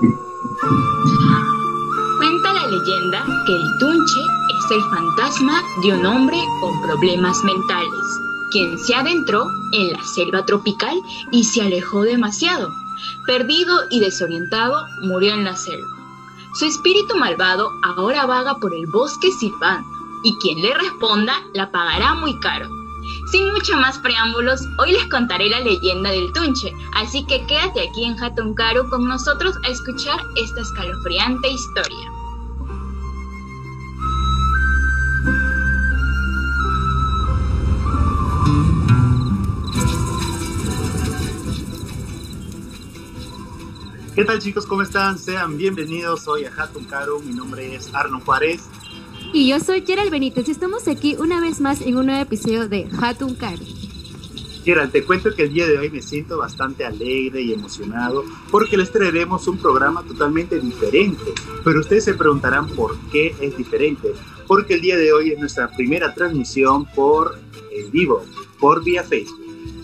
Cuenta la leyenda que el Tunche es el fantasma de un hombre con problemas mentales, quien se adentró en la selva tropical y se alejó demasiado. Perdido y desorientado, murió en la selva. Su espíritu malvado ahora vaga por el bosque silbando, y quien le responda la pagará muy caro. Sin mucho más preámbulos, hoy les contaré la leyenda del Tunche, así que quédate aquí en Hatun Karu con nosotros a escuchar esta escalofriante historia. ¿Qué tal, chicos? ¿Cómo están? Sean bienvenidos hoy a Hatun Karu. Mi nombre es Arnon Juárez. Y yo soy Gerald Benítez y estamos aquí una vez más en un nuevo episodio de Hatun Karu. Gerald, te cuento que el día de hoy me siento bastante alegre y emocionado porque les traeremos un programa totalmente diferente. Pero ustedes se preguntarán por qué es diferente. Porque el día de hoy es nuestra primera transmisión por en vivo, por vía Facebook.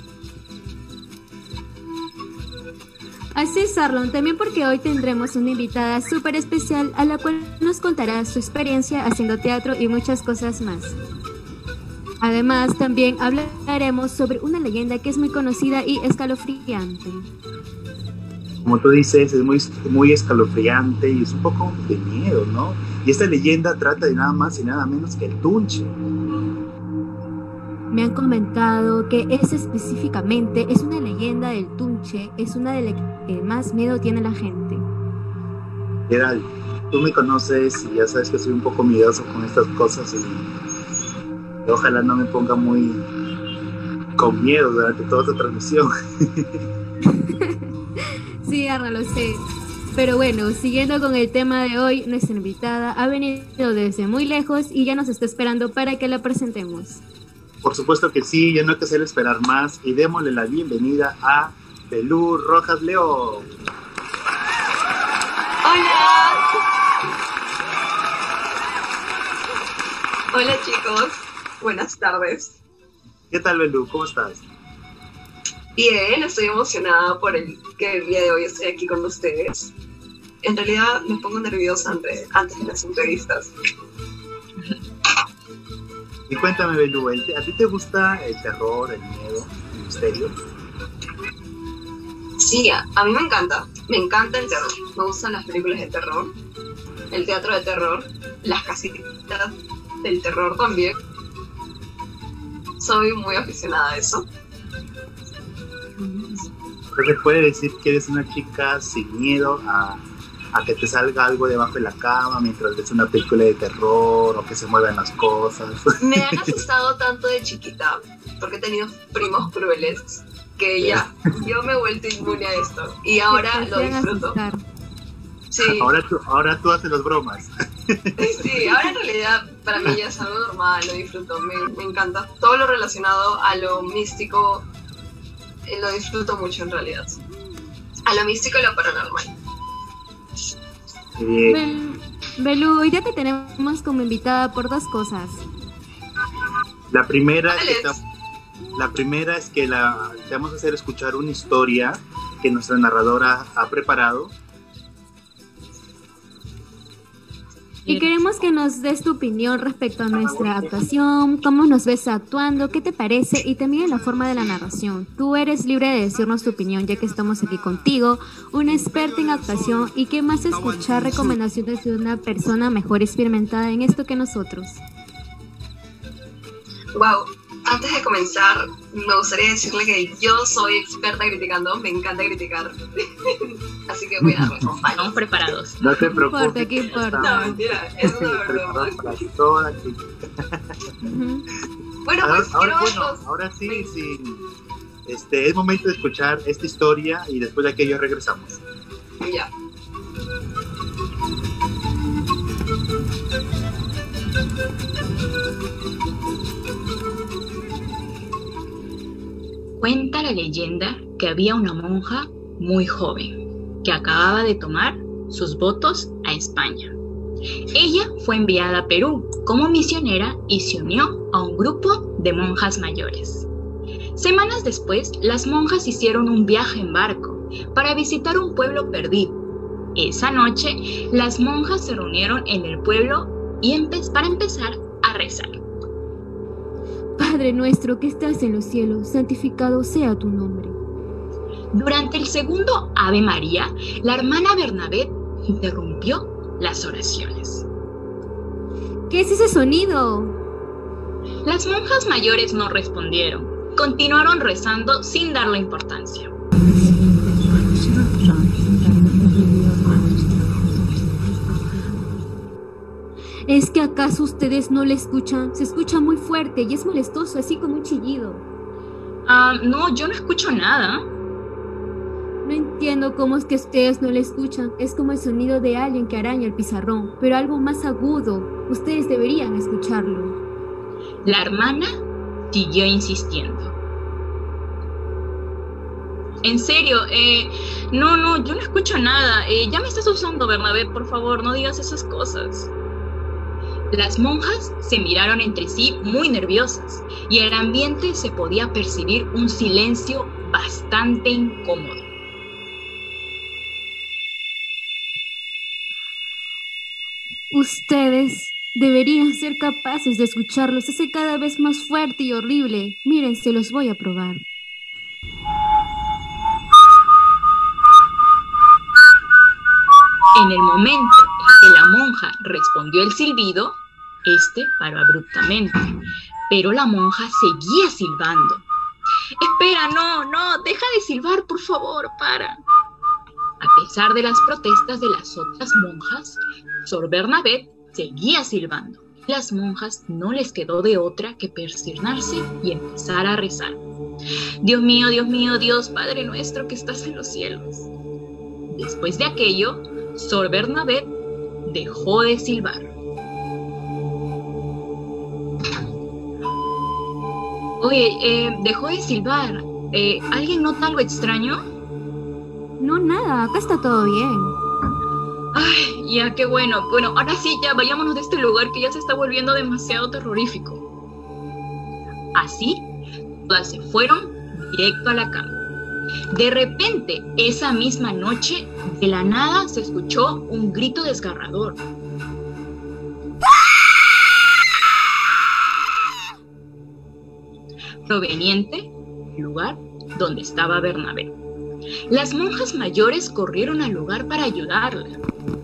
Así es, Arlon, también porque hoy tendremos una invitada súper especial a la cual nos contará su experiencia haciendo teatro y muchas cosas más. Además, también hablaremos sobre una leyenda que es muy conocida y escalofriante. Como tú dices, es muy escalofriante y es un poco de miedo, ¿no? Y esta leyenda trata de nada más y nada menos que el Tunche. Me han comentado que esa específicamente es una leyenda del Tunche, es una de las que más miedo tiene la gente. Gerald, tú me conoces y ya sabes que soy un poco miedoso con estas cosas y ojalá no me ponga muy con miedo durante toda esta transmisión. Sí, Arna, lo sé. Pero bueno, siguiendo con el tema de hoy, nuestra invitada ha venido desde muy lejos y ya nos está esperando para que la presentemos. Por supuesto que sí, ya no hay que hacer esperar más y démosle la bienvenida a Belú Rojas León. ¡Hola! Hola, chicos, buenas tardes. ¿Qué tal, Belú? ¿Cómo estás? Bien, estoy emocionada por que el día de hoy estoy aquí con ustedes. En realidad me pongo nerviosa antes de las entrevistas. Y cuéntame, Belú, ¿a ti te gusta el terror, el miedo, el misterio? Sí, a mí me encanta el terror. Me gustan las películas de terror, el teatro de terror, las casitas del terror también. Soy muy aficionada a eso. Entonces puede decir que eres una chica sin miedo a que te salga algo debajo de la cama mientras ves una película de terror o que se muevan las cosas. Me han asustado tanto de chiquita porque he tenido primos crueles que ya, yo me he vuelto inmune a esto y ahora lo disfruto. Sí. Ahora tú haces las bromas. Sí, ahora en realidad para mí ya es algo normal, lo disfruto, me encanta. Todo lo relacionado a lo místico lo disfruto mucho en realidad. A lo místico y lo paranormal. Belú, hoy día te tenemos como invitada por dos cosas. La primera es que te vamos a hacer escuchar una historia que nuestra narradora ha preparado. Y queremos que nos des tu opinión respecto a nuestra actuación, cómo nos ves actuando, qué te parece y también la forma de la narración. Tú eres libre de decirnos tu opinión ya que estamos aquí contigo, una experta en actuación y que más escuchar recomendaciones de una persona mejor experimentada en esto que nosotros. Wow, antes de comenzar me gustaría decirle que yo soy experta criticando, me encanta criticar. Así que voy a darme Estamos preparados. No te preocupes. ¿Qué importa? No, mentira, es una broma. Bueno, pues ahora sí. Es momento de escuchar esta historia y después de aquello regresamos. Ya. Cuenta la leyenda que había una monja muy joven que acababa de tomar sus votos a España. Ella fue enviada a Perú como misionera y se unió a un grupo de monjas mayores. Semanas después, las monjas hicieron un viaje en barco para visitar un pueblo perdido. Esa noche, las monjas se reunieron en el pueblo y para empezar a rezar. Padre nuestro que estás en los cielos, santificado sea tu nombre. Durante el segundo Ave María, la hermana Bernabé interrumpió las oraciones. ¿Qué es ese sonido? Las monjas mayores no respondieron. Continuaron rezando sin darle importancia. ¿Es que acaso ustedes no le escuchan? Se escucha muy fuerte y es molestoso, así como un chillido. No, yo no escucho nada. No entiendo cómo es que ustedes no le escuchan. Es como el sonido de alguien que araña el pizarrón, pero algo más agudo. Ustedes deberían escucharlo. La hermana siguió insistiendo. En serio, no, yo no escucho nada. Ya me estás usando, Bernabé, por favor, no digas esas cosas. Las monjas se miraron entre sí muy nerviosas y en el ambiente se podía percibir un silencio bastante incómodo. Ustedes deberían ser capaces de escucharlos. Hace cada vez más fuerte y horrible. Miren, se los voy a probar. En el momento en que la monja respondió el silbido, este paró abruptamente, pero la monja seguía silbando. Espera, no, deja de silbar, por favor, para. A pesar de las protestas de las otras monjas, Sor Bernabé seguía silbando. Las monjas no les quedó de otra que persignarse y empezar a rezar. Dios mío, Dios Padre nuestro que estás en los cielos. Después de aquello, Sor Bernabé dejó de silbar. Oye, dejó de silbar. ¿Alguien nota algo extraño? No, nada, acá está todo bien. Ay, ya, qué bueno. Bueno, ahora sí, ya vayámonos de este lugar que ya se está volviendo demasiado terrorífico. Así, todas se fueron directo a la cama. De repente, esa misma noche, de la nada se escuchó un grito desgarrador. Proveniente del lugar donde estaba Bernabé. Las monjas mayores corrieron al lugar para ayudarla.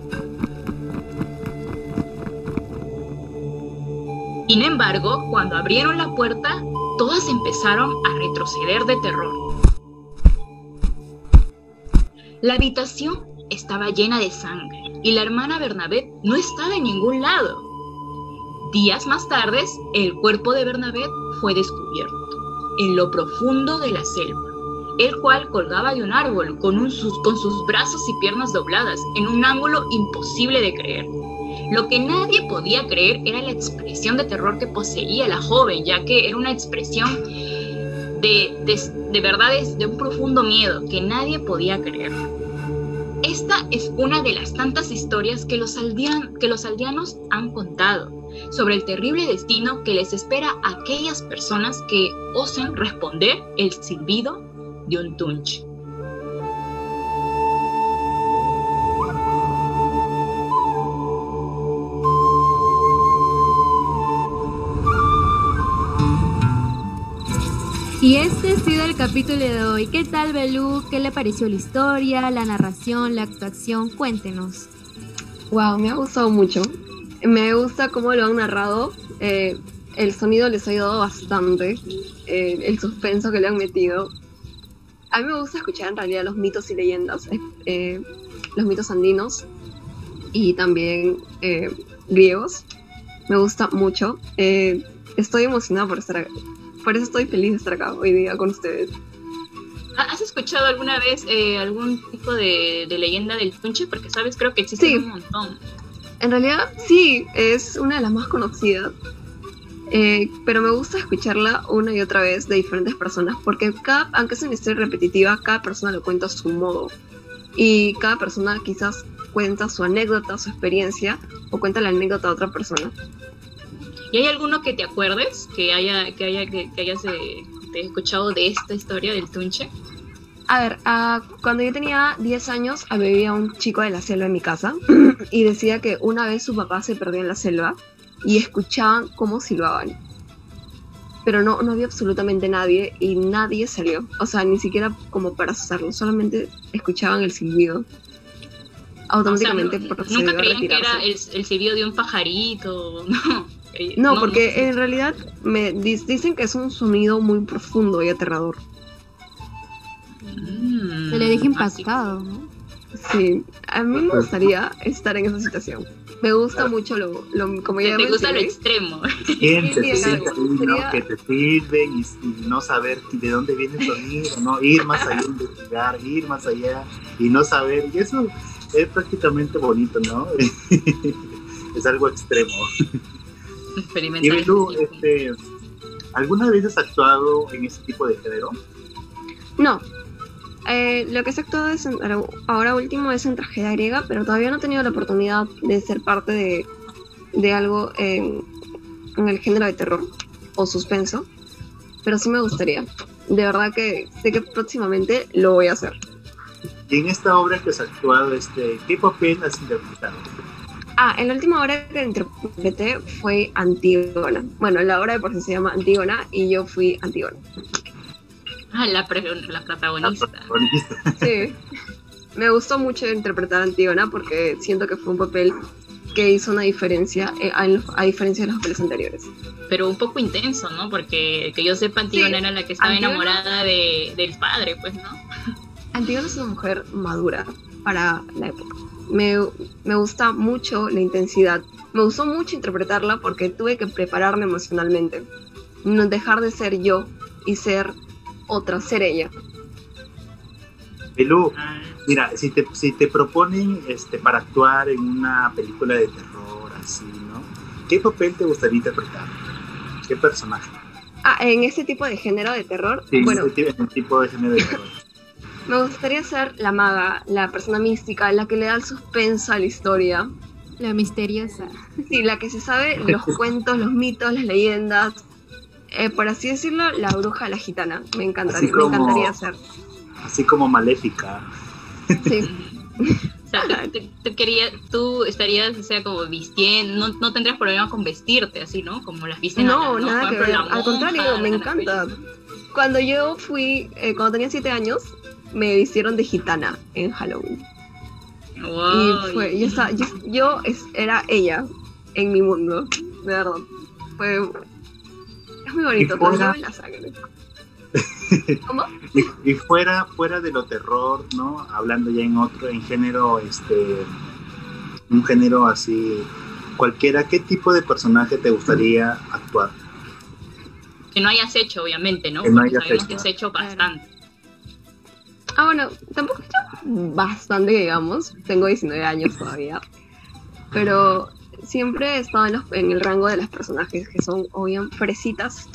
Sin embargo, cuando abrieron la puerta, todas empezaron a retroceder de terror. La habitación estaba llena de sangre y la hermana Bernabé no estaba en ningún lado. Días más tarde, el cuerpo de Bernabé fue descubierto en lo profundo de la selva, el cual colgaba de un árbol con sus brazos y piernas dobladas en un ángulo imposible de creer. Lo que nadie podía creer era la expresión de terror que poseía la joven, ya que era una expresión de verdad, de un profundo miedo que nadie podía creer. Esta es una de las tantas historias que los aldeanos han contado sobre el terrible destino que les espera a aquellas personas que osen responder el silbido de un tunche. Y este ha sido el capítulo de hoy. ¿Qué tal, Belú? ¿Qué le pareció la historia, la narración, la actuación? Cuéntenos. Wow, me ha gustado mucho. Me gusta cómo lo han narrado. El sonido les ha ayudado bastante. El suspenso que le han metido. A mí me gusta escuchar en realidad los mitos y leyendas. Los mitos andinos. Y también griegos. Me gusta mucho. Estoy emocionada por estar acá. Por eso estoy feliz de estar acá hoy día con ustedes. ¿Has escuchado alguna vez algún tipo de leyenda del tunche? Porque, ¿sabes? Creo que existe un montón. En realidad, sí, es una de las más conocidas. Pero me gusta escucharla una y otra vez de diferentes personas. Porque aunque es una historia repetitiva, cada persona lo cuenta a su modo. Y cada persona quizás cuenta su anécdota, su experiencia, o cuenta la anécdota de otra persona. ¿Y hay alguno que te acuerdes que hayas escuchado de esta historia del tunche? A ver, cuando yo tenía 10 años, había un chico de la selva en mi casa y decía que una vez su papá se perdió en la selva y escuchaban cómo silbaban. Pero no había absolutamente nadie y nadie salió. O sea, ni siquiera como para asustarlo, solamente escuchaban el silbido. Automáticamente procedió nunca a creían que retirarse. era el silbido de un pajarito, no. No, porque en realidad dicen que es un sonido muy profundo y aterrador. Se le deja impactado, ¿no? Sí, a mí me gustaría estar en esa situación. Me gusta mucho como ya Te gusta lo mencioné. extremo. Siente, Sí, se siente ahí, ¿no? sería- Que te sirven y no saber de dónde viene el sonido, ¿no? Ir más allá, investigar, ir más allá y no saber. Y eso es prácticamente bonito, ¿no? Es algo extremo. Y Experimental. Belú, ¿alguna vez has actuado en ese tipo de género? No. Lo que se ha actuado ahora último es en tragedia griega, pero todavía no he tenido la oportunidad de ser parte de algo en el género de terror o suspenso, pero sí me gustaría. De verdad que sé que próximamente lo voy a hacer. Y en esta obra que has actuado, ¿qué papel has interpretado? En la última obra que interpreté fue Antígona. Bueno, la obra de por sí se llama Antígona y yo fui Antígona. La protagonista. Sí. Me gustó mucho interpretar a Antígona porque siento que fue un papel que hizo una diferencia a diferencia de los papeles anteriores. Pero un poco intenso, ¿no? Porque que yo sepa, Antígona era la que estaba Antígona- enamorada del padre, pues, ¿no? Antígona es una mujer madura para la época. Me gusta mucho la intensidad. Me gustó mucho interpretarla porque tuve que prepararme emocionalmente. No dejar de ser yo y ser otra, ser ella. Belú, mira, si te proponen para actuar en una película de terror, así, ¿no? ¿Qué papel te gustaría interpretar? ¿Qué personaje? En este tipo de género de terror, Sí, bueno, en tipo de género de terror. me gustaría ser la maga, la persona mística, la que le da el suspenso a la historia. La misteriosa. Sí, la que se sabe los cuentos, los mitos, las leyendas. Por así decirlo, la bruja, la gitana. Me encantaría, Así como- me encantaría ser. Así como Maléfica. Sí. O sea, tú estarías, o sea, como vistiendo, no tendrías problema con vestirte así, ¿no? Como las visten No, ahora, ¿no? nada Por que ejemplo, ver. la Al contrario, monja me de la encanta. película. Cuando yo fui, cuando tenía 7 años, me vistieron de gitana en Halloween. Wow, Y fue, era ella en mi mundo, de verdad. Es muy bonito, Y te lo fuera- llevo en la sangre. ¿Cómo? Y fuera de lo terror, ¿no? Hablando ya en género, un género así, cualquiera, ¿qué tipo de personaje te gustaría actuar? que no hayas hecho, obviamente, ¿no? Que no Porque hayas sabemos hecho. que has hecho bastante. Bueno, tampoco he hecho bastante, que digamos. Tengo 19 años todavía. Pero siempre he estado en el rango de los personajes que son, o bien fresitas,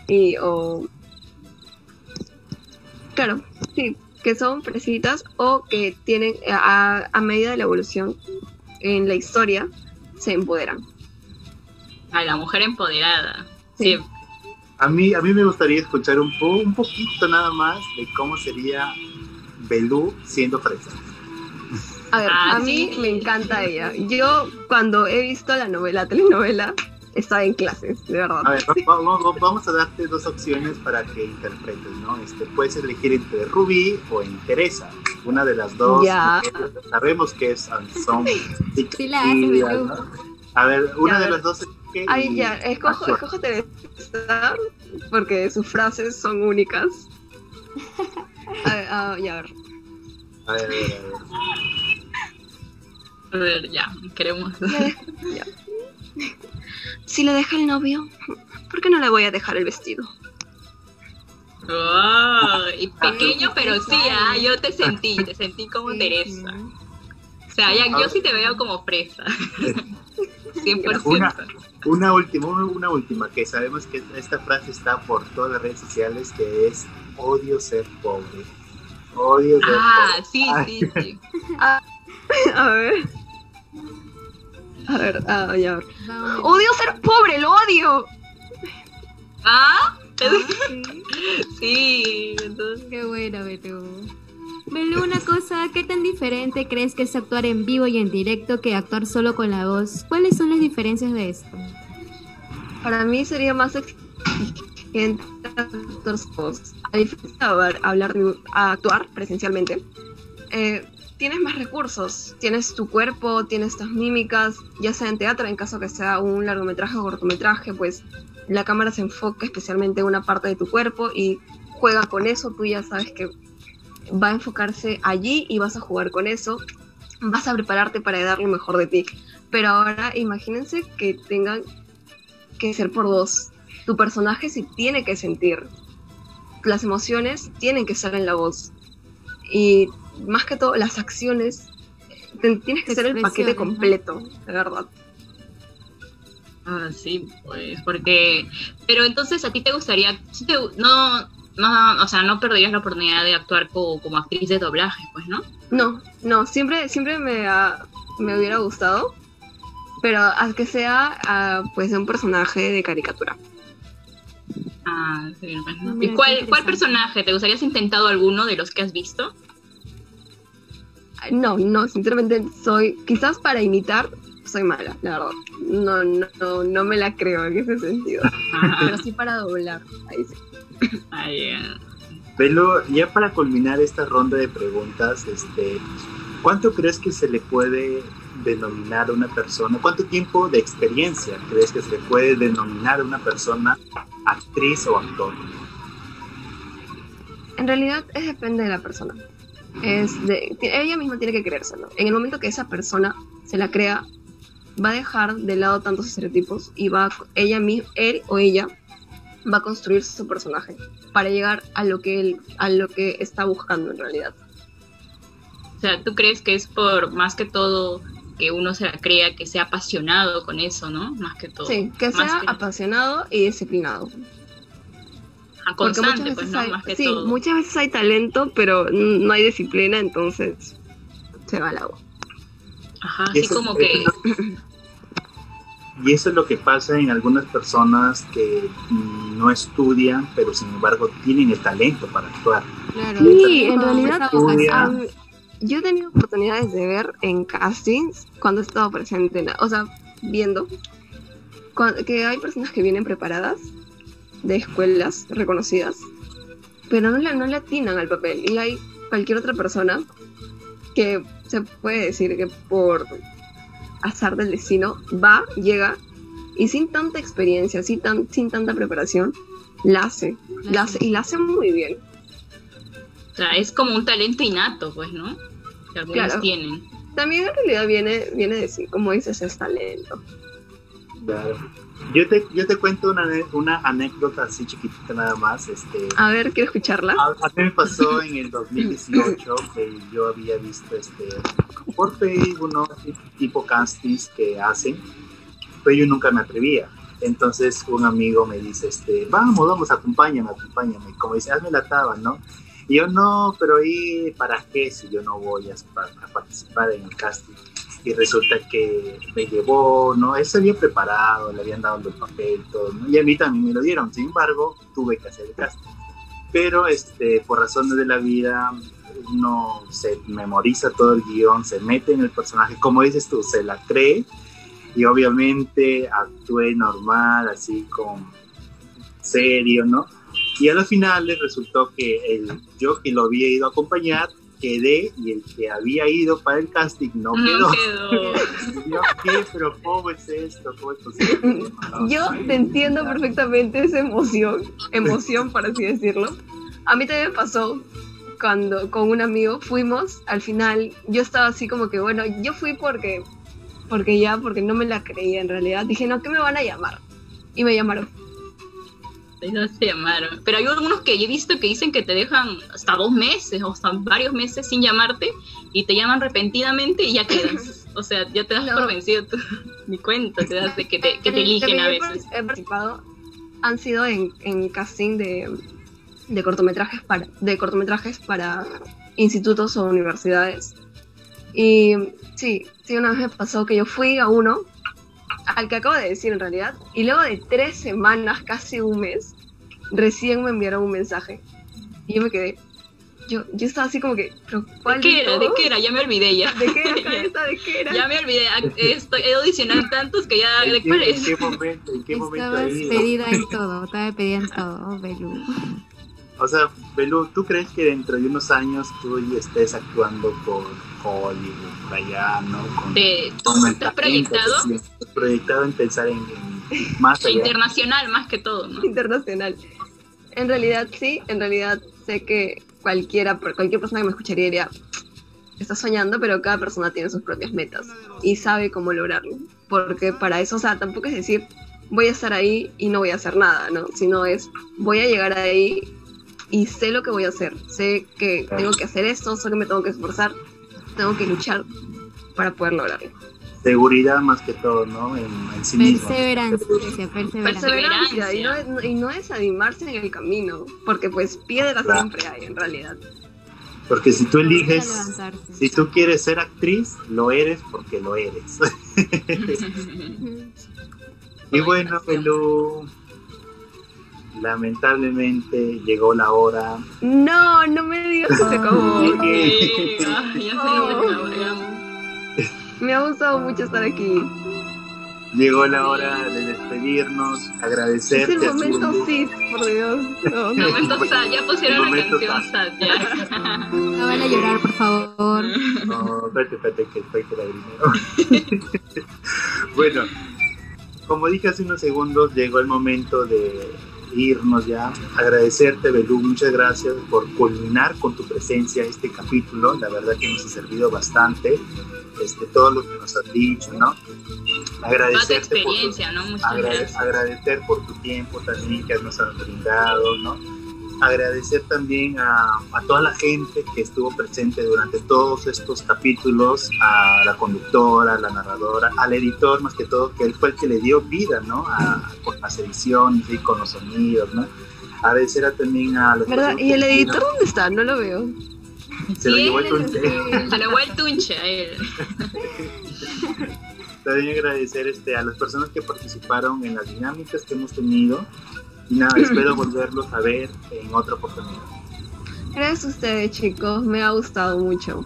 claro, sí, que son fresitas o que tienen, a medida de la evolución en la historia, se empoderan. A la mujer empoderada. Sí. Siempre. A mí me gustaría escuchar un poquito nada más de cómo sería Belú siendo fresa. A ver, a mí sí. me encanta ella. Yo, cuando he visto la telenovela, estaba en clases, de verdad. A ver, vamos a darte dos opciones para que interpretes, ¿no? Puedes elegir entre Rubí o en Teresa. Una de las dos. Ya. Sabemos que son Sí la hace, Belú. ¿no? A ver, una Ya, a de ver. las dos. Ay, ya, escojo Teresa porque sus frases son únicas. Ya, a ver. A ver. A ver, ya, queremos. Ya. Si le deja el novio, ¿por qué no le voy a dejar el vestido? Wow, y pequeño, pero sí, yo te sentí como Teresa. O sea, yo sí te veo como fresa. 100%. Una última, que sabemos que esta frase está por todas las redes sociales, que es: odio ser pobre. Odio ser pobre. Sí. A ver. Ya, a ver. Vamos. Odio ser pobre, lo odio. Sí. Sí, entonces. Qué buena, Belú. Belu, una cosa, ¿qué tan diferente crees que es actuar en vivo y en directo que actuar solo con la voz? ¿Cuáles son las diferencias de esto? Para mí sería más exigente actuar su voz. A diferencia de actuar presencialmente, tienes más recursos. Tienes tu cuerpo, tienes tus mímicas, ya sea en teatro, en caso que sea un largometraje o cortometraje, pues la cámara se enfoca especialmente en una parte de tu cuerpo y juega con eso. Tú ya sabes que va a enfocarse allí y vas a jugar con eso, vas a prepararte para dar lo mejor de ti. Pero ahora imagínense que tengan que ser por voz. Tu personaje sí tiene que sentir, las emociones tienen que estar en la voz, y más que todo las acciones, tienes que ser el paquete completo, de verdad. Ah, sí, pues, porque... Pero entonces, ¿a ti te gustaría... o sea, no perderías la oportunidad de actuar como actriz de doblaje, pues, ¿no? No, siempre me hubiera gustado, pero a que sea pues de un personaje de caricatura. Ah, sí, pues, ¿no? Mira, ¿Y cuál personaje? ¿Te gustaría haber intentado alguno de los que has visto? No, sinceramente quizás para imitar, soy mala, la verdad. No me la creo en ese sentido. Pero sí para doblar, ahí sí. Ah, yeah. Belu, ya para culminar esta ronda de preguntas, ¿cuánto crees que se le puede denominar a una persona? ¿Cuánto tiempo de experiencia crees que se le puede denominar a una persona actriz o actor? En realidad depende de la persona. Ella misma tiene que creérselo. En el momento que esa persona se la crea, va a dejar de lado tantos estereotipos y él o ella va a construir su personaje para llegar a lo que está buscando en realidad. O sea, ¿tú crees que es por más que todo que uno se la crea, que sea apasionado con eso, ¿no? Más que todo. Sí, que sea apasionado y disciplinado. Constante, pues, ¿no? Más que todo. Sí, muchas veces hay talento, pero no hay disciplina, entonces se va al agua. Ajá, así como que... Y eso es lo que pasa en algunas personas que no estudian, pero sin embargo tienen el talento para actuar. Claro. Sí, en realidad Estudia. yo he tenido oportunidades de ver en castings cuando he estado presente, viendo que hay personas que vienen preparadas de escuelas reconocidas, pero no le atinan al papel, y hay cualquier otra persona que se puede decir que por azar del destino llega y sin tanta experiencia, sin tanta preparación, la hace muy bien. O sea, es como un talento innato, pues, ¿no? Que algunos tienen. También en realidad viene de sí, como dices, es talento. Claro. Yo te cuento una anécdota así chiquitita nada más. A ver, quiero escucharla. A mí me pasó en el 2018 que yo había visto por Facebook, ¿no? Tipo castings que hacen, pero yo nunca me atrevía. Entonces un amigo me dice, vamos, acompáñame, como dice, hazme la taba, ¿no? Y yo, no, pero ¿y para qué si yo no voy a participar en el casting? Y resulta que me llevó, ¿no? Él se había preparado, le habían dado el papel, todo, ¿no? Y a mí también me lo dieron. Sin embargo, tuve que hacer el casting. Pero por razones de la vida, uno se memoriza todo el guión, se mete en el personaje, como dices tú, se la cree, y obviamente actué normal, así como serio, ¿no? Y a los finales resultó que yo que lo había ido a acompañar, quedé, y el que había ido para el casting no quedó. Yo, ¿qué? Pero ¿cómo es esto? ¿Cómo es posible? Yo te entiendo perfectamente esa emoción, por así decirlo. A mí también me pasó cuando con un amigo fuimos, al final yo estaba así como que, bueno, yo fui porque no me la creía en realidad. Dije, no, ¿qué me van a llamar? Y me llamaron. No se llamaron. Pero hay algunos que yo he visto que dicen que te dejan hasta 2 meses o hasta varios meses sin llamarte, y te llaman repentinamente y ya quedas. O sea, ya te das por vencido tú. Ni cuenta te das de que te eligen a veces. He participado, han sido en casting de cortometrajes para institutos o universidades. Y sí, una vez me pasó que yo fui a uno, al que acabo de decir en realidad, y luego de 3 semanas, casi un mes, recién me enviaron un mensaje. Y yo me quedé, yo estaba así como que, ¿pero cuál ¿De qué era? ¿De todos? qué era? Ya me olvidé ya. ¿De qué era, cabeza? ¿De qué era? Ya me olvidé. He audicionado tantos que ya... ¿De cuál es? ¿En qué momento Estabas ahí? pedida en todo, estaba pedida en todo, Belu. O sea, Belú, ¿tú crees que dentro de unos años tú ya estés actuando con Hollywood, allá, ¿no? ¿Tú estás proyectado? ¿Estás proyectado en pensar en más allá? Internacional más que todo, ¿no? Internacional. En realidad sí, en realidad sé que cualquier persona que me escucharía diría, estás soñando, pero cada persona tiene sus propias metas y sabe cómo lograrlo. Porque para eso, o sea, tampoco es decir, voy a estar ahí y no voy a hacer nada, ¿no? Sino es, voy a llegar ahí y sé lo que voy a hacer. Sé que tengo que hacer esto, sé que me tengo que esforzar, tengo que luchar para poder lograrlo. Seguridad más que todo, ¿no? En sí mismo. Perseverancia. Perseverancia y no desanimarse en el camino, porque pues piedras siempre hay en realidad. Porque si tú eliges, Levantarse. si tú quieres ser actriz, lo eres porque lo eres. Y bueno, Belú, lamentablemente llegó la hora. No me digas que se acabó. Ya se lo acabamos. Me ha gustado mucho estar aquí. Llegó la hora de despedirnos, Es agradecerte. el momento Sid, por Dios. No. Momento sad, ya pusieron la Momento canción sad. sad, ya. No van a llorar, por favor. No, espérate, que estoy que lagrimeo. Bueno, como dije hace unos segundos, llegó el momento de irnos ya. Agradecerte, Belú, muchas gracias por culminar con tu presencia este capítulo. La verdad que nos ha servido bastante. Todo lo que nos has dicho, ¿no? Toda tu experiencia, ¿no? Muchas gracias. Agradecer por tu tiempo también que nos has brindado, ¿no? Agradecer también a toda la gente que estuvo presente durante todos estos capítulos, a la conductora, a la narradora, al editor más que todo, que él fue el que le dio vida, ¿no? Por las ediciones y con los sonidos, ¿no? Agradecer también a los... ¿Verdad? ¿Y el editor dónde está? No lo veo. Se lo llevó el Se tunche. lo llevó el tunche a él. También agradecer a las personas que participaron en las dinámicas que hemos tenido. Y nada, espero volverlos a ver en otra oportunidad. Gracias a ustedes, chicos. Me ha gustado mucho.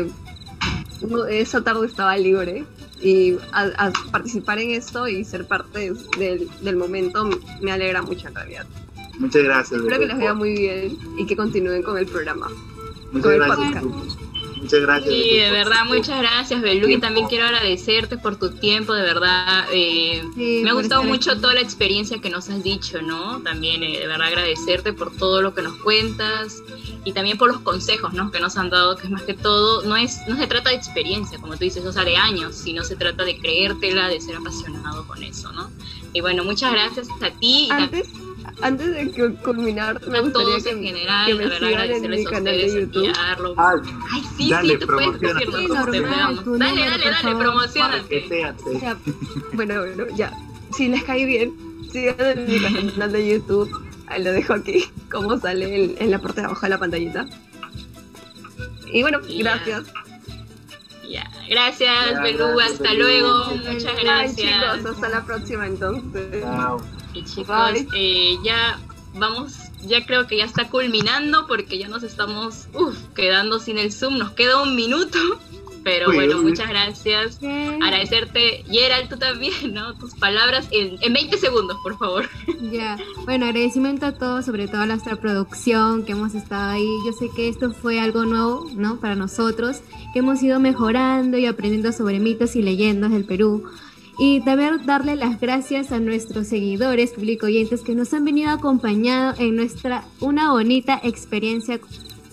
Esa tarde estaba libre y a participar en esto y ser parte del momento me alegra mucho en realidad. Muchas gracias. Espero que les vaya muy bien y que continúen con el programa. Muchas gracias. Muchas gracias. Sí, de verdad, muchas gracias, Belú. Y también quiero agradecerte por tu tiempo, de verdad. Me ha gustado mucho toda la experiencia que nos has dicho, ¿no? También, de verdad, agradecerte por todo lo que nos cuentas y también por los consejos, ¿no? Que nos han dado, que es más que todo, no se trata de experiencia, como tú dices, o sea, de años, sino se trata de creértela, de ser apasionado con eso, ¿no? Y bueno, muchas gracias a ti. Antes de culminar, me gustaría todos en general, que me la verdad, sigan en agradecerles mi a canal ustedes, de YouTube. enviarlo. Ay, Sí, dale, tú puedes promociona. decirlo. Sí, nosotros te normal, veamos. tu Dale, número, por favor. promocionate. Marquetéate. Ya, bueno, ya. Si les cae bien, sigan en mi canal de YouTube. Ahí lo dejo aquí, como sale en la parte de abajo de la pantallita. Y bueno, Ya. gracias. Ya, gracias, Ya, Belú, gracias, hasta Belú. luego. Bye, Muchas Bye, gracias. chicos, hasta la próxima entonces. Chao. Y chicos, ya vamos, ya creo que ya está culminando porque ya nos estamos quedando sin el Zoom, nos queda un minuto, pero Uy, bueno, uy. muchas gracias. Agradecerte, Gerald, tú también, ¿no? Tus palabras en 20 segundos, por favor. Ya, bueno, agradecimiento a todos, sobre todo a nuestra producción que hemos estado ahí. Yo sé que esto fue algo nuevo, ¿no? Para nosotros, que hemos ido mejorando y aprendiendo sobre mitos y leyendas del Perú. Y también darle las gracias a nuestros seguidores, público oyentes que nos han venido acompañando en una bonita experiencia.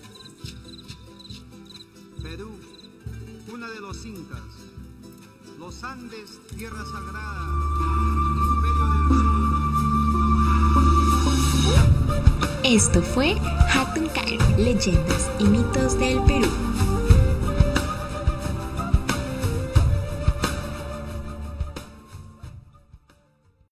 Perú, cuna de los incas, los Andes, tierra sagrada, imperio del sur. Esto fue Hatun Kai, leyendas y mitos del Perú.